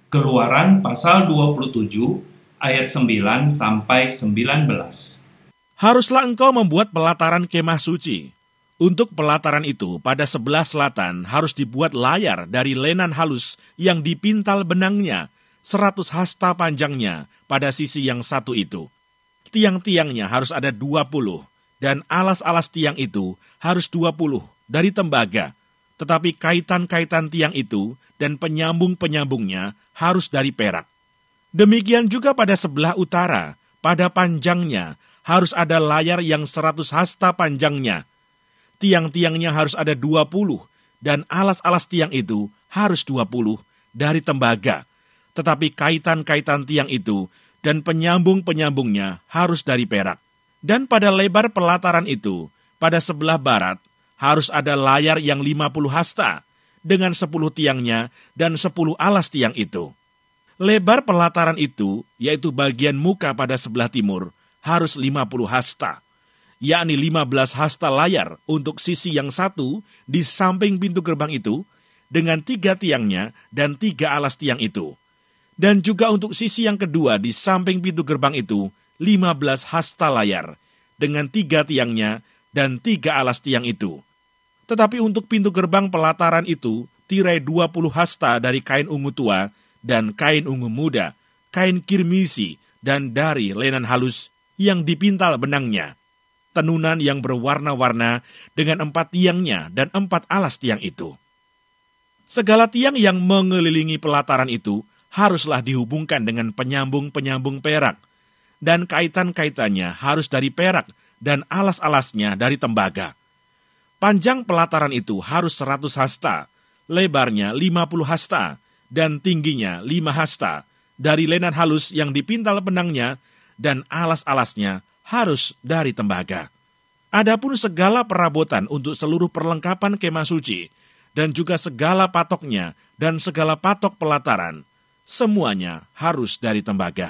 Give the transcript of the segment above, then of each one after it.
Keluaran pasal 27 ayat 9 sampai 19. Haruslah engkau membuat pelataran kemah suci. Untuk pelataran itu, pada sebelah selatan harus dibuat layar dari lenan halus yang dipintal benangnya, 100 hasta panjangnya pada sisi yang satu itu. Tiang-tiangnya harus ada 20, dan alas-alas tiang itu harus 20 dari tembaga. Tetapi kaitan-kaitan tiang itu dan penyambung-penyambungnya harus dari perak. Demikian juga pada sebelah utara, pada panjangnya harus ada layar yang 100 hasta panjangnya. Tiang-tiangnya harus ada 20, dan alas-alas tiang itu harus 20 dari tembaga. Tetapi kaitan-kaitan tiang itu dan penyambung-penyambungnya harus dari perak. Dan pada lebar pelataran itu, pada sebelah barat, harus ada layar yang 50 hasta, dengan 10 tiangnya dan 10 alas tiang itu. Lebar pelataran itu, yaitu bagian muka pada sebelah timur, harus 50 hasta, yakni 15 hasta layar untuk sisi yang satu di samping pintu gerbang itu, dengan 3 tiangnya dan 3 alas tiang itu. Dan juga untuk sisi yang kedua di samping pintu gerbang itu, 15 hasta layar, dengan 3 tiangnya dan 3 alas tiang itu. Tetapi untuk pintu gerbang pelataran itu, tirai 20 hasta dari kain ungu tua dan kain ungu muda, kain kirmisi, dan dari lenan halus yang dipintal benangnya. Tenunan yang berwarna-warna dengan 4 tiangnya dan 4 alas tiang itu. Segala tiang yang mengelilingi pelataran itu haruslah dihubungkan dengan penyambung-penyambung perak, dan kaitan-kaitannya harus dari perak dan alas-alasnya dari tembaga. Panjang pelataran itu harus 100 hasta, lebarnya 50 hasta, dan tingginya 5 hasta, dari lenan halus yang dipintal benangnya, dan alas-alasnya harus dari tembaga. Adapun segala perabotan untuk seluruh perlengkapan kemah suci, dan juga segala patoknya dan segala patok pelataran, semuanya harus dari tembaga.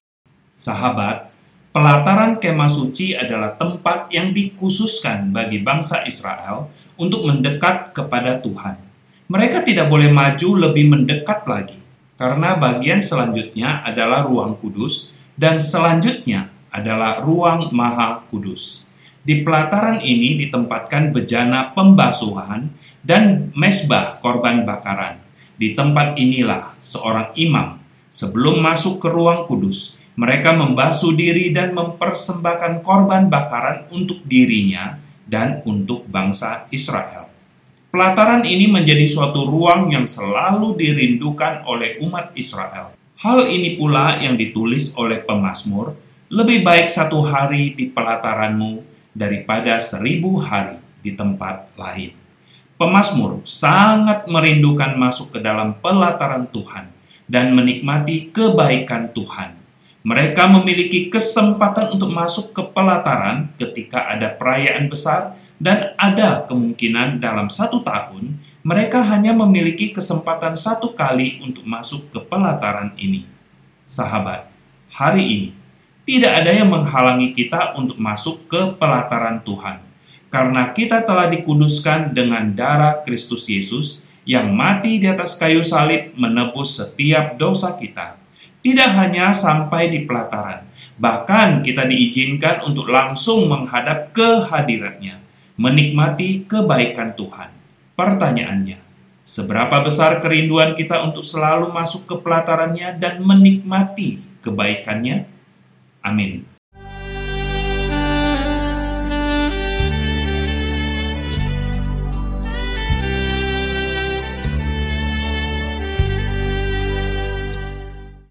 Sahabat, pelataran kemah suci adalah tempat yang dikhususkan bagi bangsa Israel untuk mendekat kepada Tuhan. Mereka tidak boleh maju lebih mendekat lagi, karena bagian selanjutnya adalah ruang kudus, dan selanjutnya adalah ruang maha kudus. Di pelataran ini ditempatkan bejana pembasuhan dan mezbah korban bakaran. Di tempat inilah seorang imam sebelum masuk ke ruang kudus, mereka membasuh diri dan mempersembahkan korban bakaran untuk dirinya dan untuk bangsa Israel. Pelataran ini menjadi suatu ruang yang selalu dirindukan oleh umat Israel. Hal ini pula yang ditulis oleh pemazmur, lebih baik 1 hari di pelataranmu daripada 1000 hari di tempat lain. Pemazmur sangat merindukan masuk ke dalam pelataran Tuhan dan menikmati kebaikan Tuhan. Mereka memiliki kesempatan untuk masuk ke pelataran ketika ada perayaan besar, dan ada kemungkinan dalam 1 tahun mereka hanya memiliki kesempatan 1 kali untuk masuk ke pelataran ini. Sahabat, hari ini tidak ada yang menghalangi kita untuk masuk ke pelataran Tuhan, karena kita telah dikuduskan dengan darah Kristus Yesus yang mati di atas kayu salib menebus setiap dosa kita. Tidak hanya sampai di pelataran, bahkan kita diizinkan untuk langsung menghadap ke hadirat-Nya, menikmati kebaikan Tuhan. Pertanyaannya, seberapa besar kerinduan kita untuk selalu masuk ke pelataran-Nya dan menikmati kebaikan-Nya? Amin.